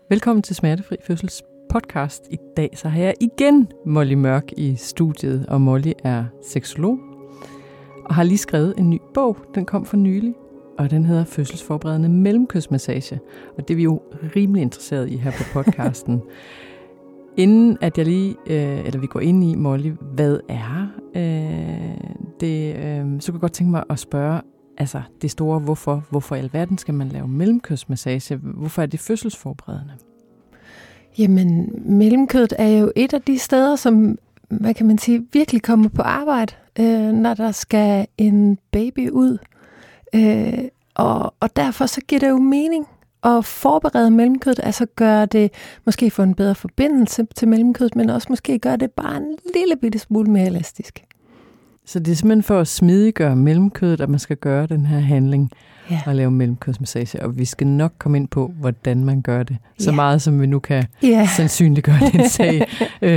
Velkommen til Smertefri Fødsels podcast. I dag så har jeg igen Molly Mørk i studiet, og Molly er seksolog og har lige skrevet en ny bog. Den kom for nylig, og den hedder Fødselsforberedende mellemkødsmassage. Og det er vi jo rimelig interesseret i her på podcasten. Inden at jeg lige, eller vi går ind i, Molly, hvad er det, så kunne jeg godt tænke mig at spørge, altså det store hvorfor i alverden skal man lave mellemkødsmassage? Hvorfor er det fødselsforberedende? Jamen, mellemkødet er jo et af de steder, som, hvad kan man sige, virkelig kommer på arbejde, når der skal en baby ud. Og derfor så giver det jo mening at forberede mellemkødet, altså gøre det, måske få en bedre forbindelse til mellemkødet, men også måske gøre det bare en lille bitte smule mere elastisk. Så det er simpelthen for at smidiggøre mellemkødet, at man skal gøre den her handling og lave mellemkødsmassage. Og vi skal nok komme ind på, hvordan man gør det. Så meget, som vi nu kan sandsynliggøre den sag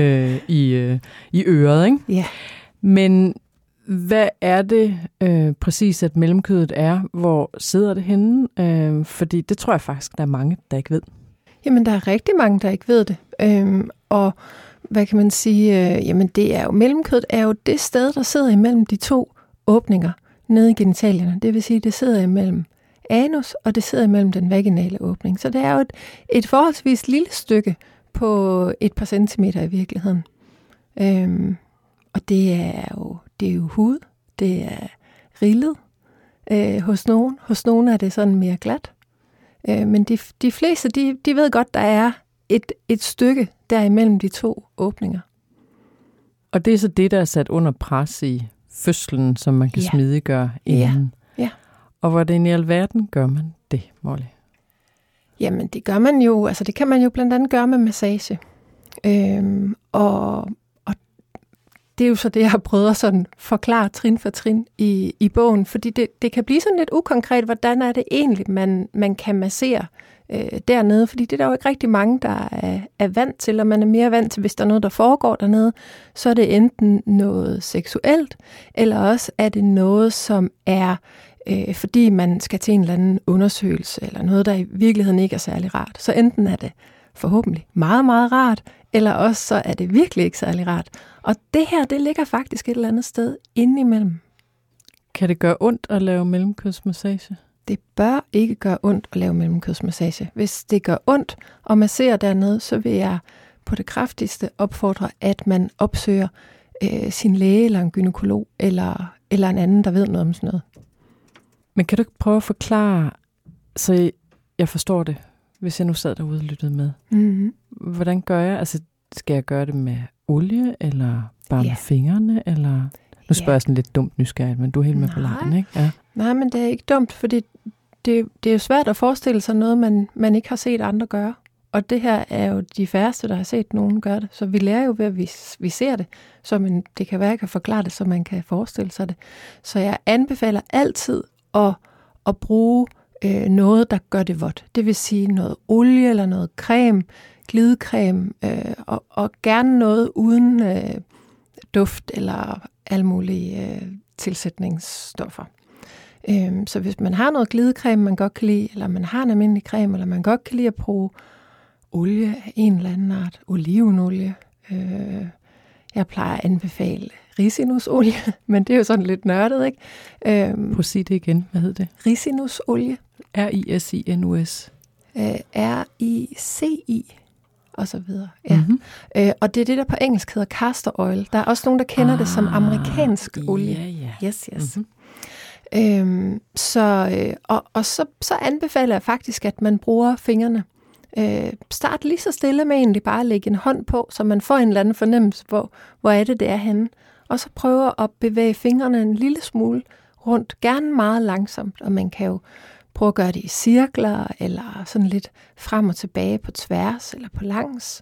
i øret. Ikke? Ja. Men hvad er det præcis, at mellemkødet er? Hvor sidder det henne? Fordi det tror jeg faktisk, der er mange, der ikke ved. Jamen, der er rigtig mange, der ikke ved det. Og hvad kan man sige? Jamen, det er jo, mellemkødet er jo det sted, der sidder imellem de to åbninger nede i genitalierne. Det vil sige, det sidder imellem anus, og det sidder imellem den vaginale åbning. Så det er jo et forholdsvis lille stykke på et par centimeter i virkeligheden. Og det er jo hud, det er rillet hos nogen. Hos nogen er det sådan mere glat. Men de fleste, de ved godt, der er et stykke der imellem de to åbninger. Og det er så det, der er sat under pres i fødslen, som man kan smidiggøre inden. Ja. Og hvordan i alverden gør man det, Molly? Jamen, det gør man jo, altså det kan man jo blandt andet gøre med massage. Og det er jo så det, jeg har prøvet at sådan forklare trin for trin i bogen, fordi det kan blive sådan lidt ukonkret, hvordan er det egentlig, man kan massere dernede, fordi det er der jo ikke rigtig mange, der er vant til, og man er mere vant til, hvis der er noget, der foregår dernede, så er det enten noget seksuelt, eller også er det noget, som er, fordi man skal til en eller anden undersøgelse, eller noget, der i virkeligheden ikke er særlig rart. Så enten er det forhåbentlig meget, meget rart, eller også så er det virkelig ikke særlig rart. Og det her, det ligger faktisk et eller andet sted indimellem. Kan det gøre ondt at lave mellemkødsmassage? Det bør ikke gøre ondt at lave mellemkødsmassage. Hvis det gør ondt at massere dernede, så vil jeg på det kraftigste opfordre, at man opsøger sin læge eller en gynekolog eller en anden, der ved noget om sådan noget. Men kan du ikke prøve at forklare, så jeg forstår det, hvis jeg nu sad derude og lyttede med? Mm-hmm. Hvordan gør jeg? Altså, skal jeg gøre det med olie, eller bare med fingrene, eller... Nu spørger jeg sådan lidt dumt nysgerrigt, men du er helt med på lejen, ikke? Ja. Nej, men det er ikke dumt, fordi det er jo svært at forestille sig noget, man ikke har set andre gøre. Og det her er jo de færreste, der har set nogen gøre det. Så vi lærer jo ved, at vi ser det. Så det kan være, at jeg kan forklare det, så man kan forestille sig det. Så jeg anbefaler altid at bruge noget, der gør det vådt. Det vil sige noget olie eller noget creme, glidecreme, og gerne noget uden duft eller alle mulige tilsætningsstoffer. Så hvis man har noget glidecreme, man godt kan lide, eller man har en almindelig creme, eller man godt kan lide at bruge olie af en eller anden art, olivenolie. Jeg plejer at anbefale ricinusolie, men det er jo sådan lidt nørdet, ikke? Prøv at sige det igen. Hvad hedder det? Ricinusolie. R-I-S-I-N-U-S. R-I-C-I. Og så videre. Ja. Mm-hmm. Og det er det, der på engelsk hedder castor oil. Der er også nogen, der kender det som amerikansk olie. Yes. Mm-hmm. Så anbefaler jeg faktisk, at man bruger fingrene. Start lige så stille med egentlig bare at lægge en hånd på, så man får en eller anden fornemmelse, hvor er det er henne. Og så prøve at bevæge fingrene en lille smule rundt, gerne meget langsomt, og man kan jo prøv at gøre det i cirkler, eller sådan lidt frem og tilbage på tværs, eller på langs.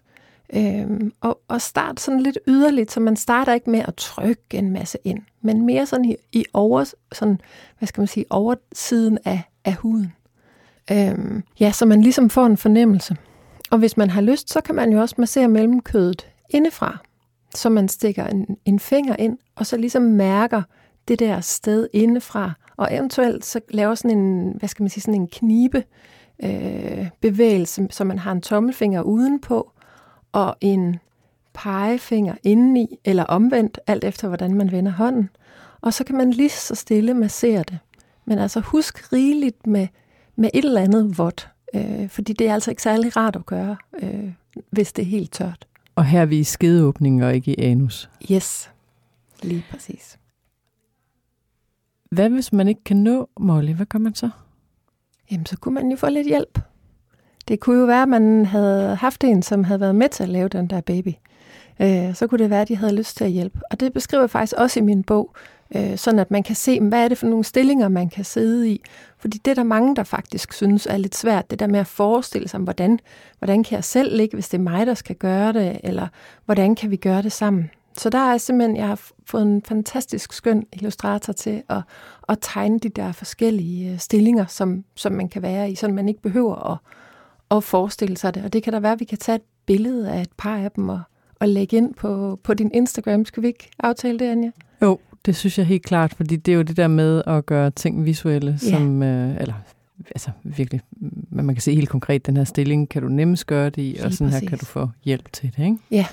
Og start sådan lidt yderligt, så man starter ikke med at trykke en masse ind, men mere sådan i oversiden af huden. Så man ligesom får en fornemmelse. Og hvis man har lyst, så kan man jo også massere mellemkødet indefra, så man stikker en finger ind, og så ligesom mærker det der sted indefra, og eventuelt så laver sådan en, sådan en knibe bevægelse, så man har en tommelfinger udenpå, og en pegefinger indeni, eller omvendt, alt efter hvordan man vender hånden. Og så kan man lige så stille massere det. Men altså husk rigeligt med et eller andet vådt, fordi det er altså ikke særlig rart at gøre, hvis det er helt tørt. Og her er vi i skedeåbningen og ikke i anus. Yes, lige præcis. Hvad hvis man ikke kan nå, Molly? Hvad gør man så? Jamen, så kunne man jo få lidt hjælp. Det kunne jo være, at man havde haft en, som havde været med til at lave den der baby. Så kunne det være, at de havde lyst til at hjælpe. Og det beskriver jeg faktisk også i min bog, sådan at man kan se, hvad er det for nogle stillinger, man kan sidde i. Fordi det er der mange, der faktisk synes er lidt svært. Det der med at forestille sig, hvordan kan jeg selv ligge, hvis det er mig, der skal gøre det, eller hvordan kan vi gøre det sammen. Så der er simpelthen, jeg har fået en fantastisk skøn illustrator til at tegne de der forskellige stillinger, som man kan være i, så man ikke behøver at forestille sig det. Og det kan da være, at vi kan tage et billede af et par af dem og lægge ind på din Instagram. Skal vi ikke aftale det, Anja? Jo, det synes jeg helt klart, fordi det er jo det der med at gøre ting visuelle, som, altså virkelig, man kan se helt konkret, den her stilling kan du nemmest gøre det i, og sådan præcis. Her kan du få hjælp til det, ikke? Ja.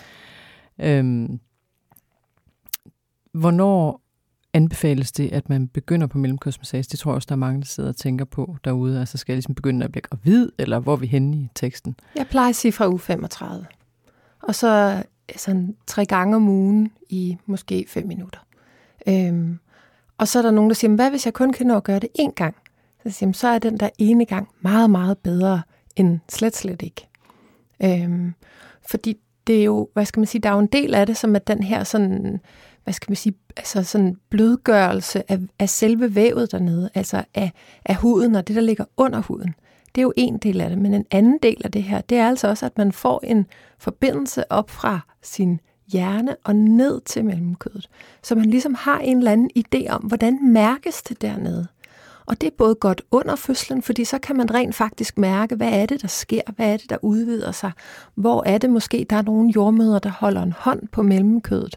Hvornår anbefales det, at man begynder på mellemkødsmassage? Det tror jeg også, der er mange, der sidder og tænker på derude. Altså skal jeg ligesom begynde at blive gravid, eller hvor er vi henne i teksten? Jeg plejer at sige fra uge 35. Og så sådan 3 gange om ugen i måske 5 minutter. Og så er der nogen, der siger, hvad hvis jeg kun kan nå at gøre det 1 gang? Så siger jeg, så er den der ene gang meget, meget bedre end slet ikke. Fordi det er jo, hvad skal man sige, der er jo en del af det, som er den her sådan, hvad skal man sige, altså sådan blødgørelse af selve vævet dernede, altså af huden og det, der ligger under huden. Det er jo en del af det, men en anden del af det her, det er altså også, at man får en forbindelse op fra sin hjerne og ned til mellemkødet. Så man ligesom har en eller anden idé om, hvordan mærkes det dernede. Og det er både godt under fødslen, fordi så kan man rent faktisk mærke, hvad er det, der sker, hvad er det, der udvider sig. Hvor er det måske, der er nogle jordmødre, der holder en hånd på mellemkødet.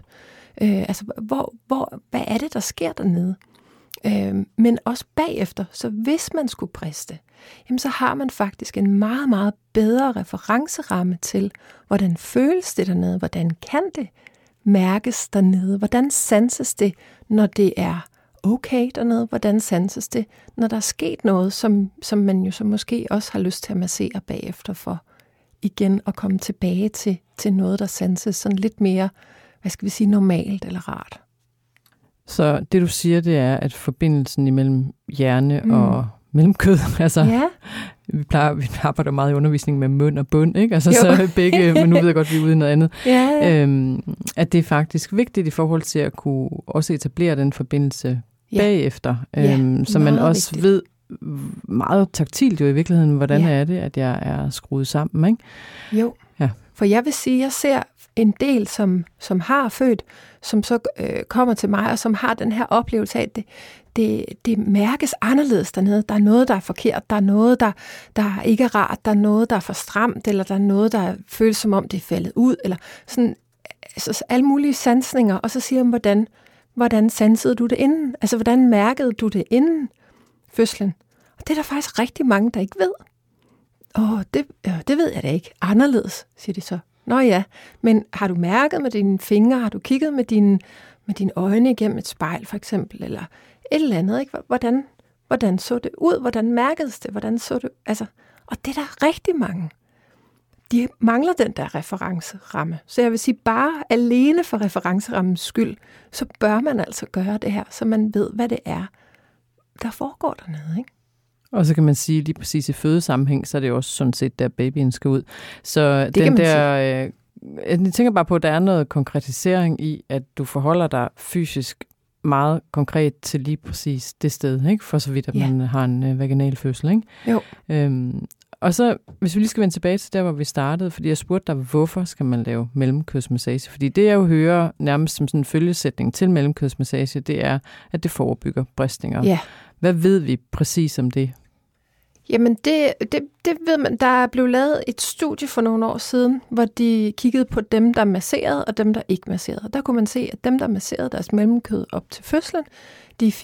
Hvad er det, der sker dernede? Men også bagefter, så hvis man skulle briste, jamen så har man faktisk en meget, meget bedre referenceramme til, hvordan føles det dernede, hvordan kan det mærkes dernede, hvordan sanses det, når det er okay dernede, hvordan sanses det, når der er sket noget, som man jo så måske også har lyst til at massere bagefter for igen at komme tilbage til noget, der sanses sådan lidt mere, hvad skal vi sige, normalt eller rart. Så det du siger, det er, at forbindelsen imellem hjerne og mellemkød, altså vi arbejder meget i undervisning med mund og bund, ikke? Altså så begge, men nu ved jeg godt, vi er ude i noget andet. At det er faktisk vigtigt i forhold til at kunne også etablere den forbindelse bagefter, så man også vigtigt. Ved meget taktilt jo i virkeligheden, hvordan er det, at jeg er skruet sammen, ikke? Jo, for jeg vil sige, at jeg ser en del, som har født, som så kommer til mig, og som har den her oplevelse af, at det mærkes anderledes dernede. Der er noget, der er forkert, der er noget, der ikke er rart, der er noget, der er for stramt, eller der er noget, der føles som om det er faldet ud, eller sådan altså, alle mulige sansninger, og så siger man, hvordan sansede du det inden? Altså, hvordan mærkede du det inden fødslen? Og det er der faktisk rigtig mange, der ikke ved. Det ved jeg da ikke. Anderledes, siger de så. Nå ja, men har du mærket med dine fingre, har du kigget med dine øjne igennem et spejl for eksempel, eller et eller andet, ikke? Hvordan så det ud? Hvordan mærkedes det? Hvordan så det? Altså, og det er der rigtig mange. De mangler den der referenceramme. Så jeg vil sige, bare alene for referencerammens skyld, så bør man altså gøre det her, så man ved, hvad det er, der foregår dernede, ikke? Og så kan man sige, lige præcis i fødesammenhæng, så er det jo også sådan set, der babyen skal ud. Så det den der, jeg tænker bare på, at der er noget konkretisering i, at du forholder dig fysisk meget konkret til lige præcis det sted, ikke? For så vidt, at man har en vaginal fødsel, ikke? Jo. Og så, hvis vi lige skal vende tilbage til der, hvor vi startede, fordi jeg spurgte dig, hvorfor skal man lave mellemkødsmassage? Fordi det, jeg jo hører nærmest som sådan en følgesætning til mellemkødsmassage, det er, at det forebygger bristninger. Ja. Hvad ved vi præcis om det? Jamen, det ved man. Der er blevet lavet et studie for nogle år siden, hvor de kiggede på dem, der masserede, og dem, der ikke masserede. Der kunne man se, at dem, der masserede deres mellemkød op til fødslen, de fik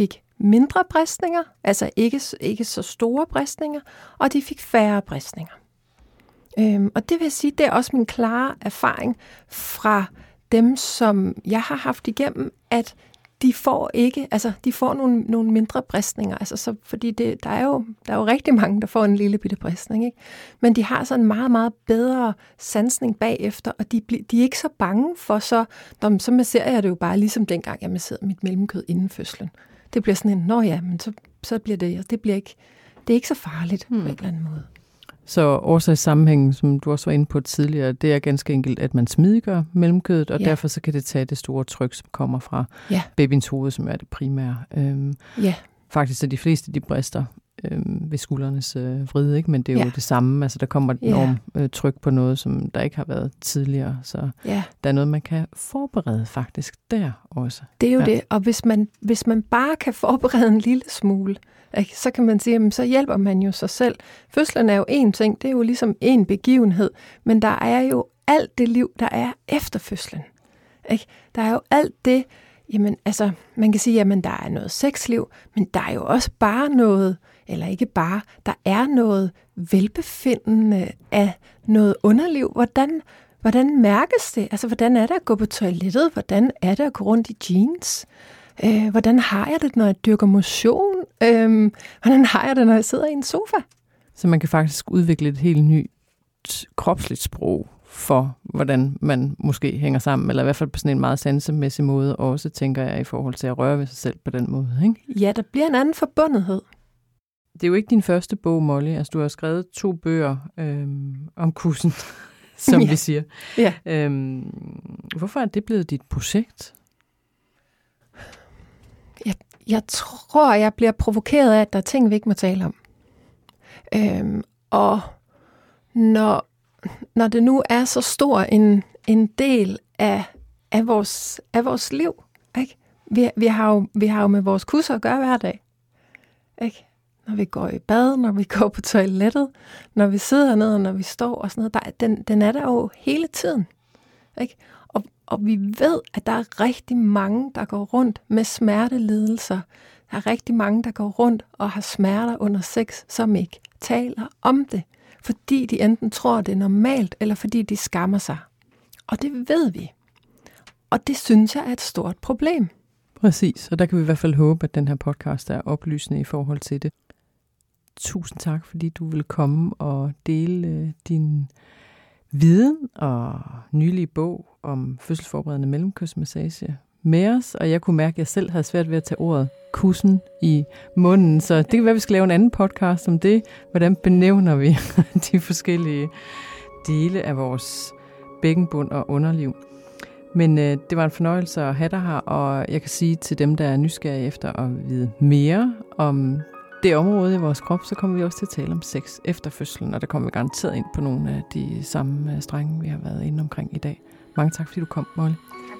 mindre bristninger, altså ikke så store bristninger, og de fik færre bristninger. Og det vil sige, det er også min klare erfaring fra dem, som jeg har haft igennem, at de får nogle mindre bristninger, altså så, fordi der er jo rigtig mange, der får en lille bitte bristning, ikke? Men de har så en meget, meget bedre sansning bagefter, og de er ikke så bange for så masserer jeg det jo bare ligesom dengang, jeg masserede mit mellemkød inden fødslen. Det bliver sådan men så bliver det, og det er ikke så farligt på en eller anden måde. Så årsagssammenhængen, som du også var inde på tidligere, det er ganske enkelt, at man smidiggør mellemkødet, og derfor så kan det tage det store tryk, som kommer fra babyens hoved, som er det primære. Faktisk er de fleste, de brister ved skuldernes vride, ikke? Men det er jo det samme. Altså, der kommer et enormt tryk på noget, som der ikke har været tidligere. Så der er noget, man kan forberede faktisk der også. Det er jo det, og hvis man bare kan forberede en lille smule, ikke, så kan man sige, jamen, så hjælper man jo sig selv. Fødslen er jo én ting, det er jo ligesom én begivenhed, men der er jo alt det liv, der er efter fødslen. Ikke? Der er jo alt det, jamen altså, man kan sige, jamen der er noget sexliv, men der er jo også bare noget, eller ikke bare, der er noget velbefindende af noget underliv. Hvordan mærkes det? Altså, hvordan er det at gå på toilettet? Hvordan er det at gå rundt i jeans? Hvordan har jeg det, når jeg dyrker motion? Hvordan har jeg det, når jeg sidder i en sofa? Så man kan faktisk udvikle et helt nyt kropsligt sprog for, hvordan man måske hænger sammen, eller i hvert fald på sådan en meget sansemæssig måde, også tænker jeg i forhold til at røre ved sig selv på den måde, ikke? Ja, der bliver en anden forbundethed. Det er jo ikke din første bog, Molly. Altså, du har skrevet 2 bøger om kussen, som vi siger. Ja. Hvorfor er det blevet dit projekt? Jeg tror, jeg bliver provokeret af, at der er ting, vi ikke må tale om. Og når det nu er så stor en del af vores liv, ikke? Vi har jo med vores kusser at gøre hver dag. Ikke? Når vi går i bad, når vi går på toilettet, når vi sidder ned, når vi står og sådan noget. Den er der jo hele tiden. Ikke? Og vi ved, at der er rigtig mange, der går rundt med smertelidelser. Der er rigtig mange, der går rundt og har smerter under sex, som ikke taler om det. Fordi de enten tror, det er normalt, eller fordi de skammer sig. Og det ved vi. Og det synes jeg er et stort problem. Præcis, og der kan vi i hvert fald håbe, at den her podcast er oplysende i forhold til det. Tusind tak, fordi du vil komme og dele din viden og nylige bog om fødselsforberedende mellemkødsmassage med os. Og jeg kunne mærke, at jeg selv havde svært ved at tage ordet kussen i munden. Så det kan være, at vi skal lave en anden podcast om det. Hvordan benævner vi de forskellige dele af vores bækkenbund og underliv. Men det var en fornøjelse at have dig her, og jeg kan sige til dem, der er nysgerrige efter at vide mere om det område i vores krop, så kommer vi også til at tale om sex efter fødslen, og der kommer vi garanteret ind på nogle af de samme strenge, vi har været inde omkring i dag. Mange tak, fordi du kom, Molly.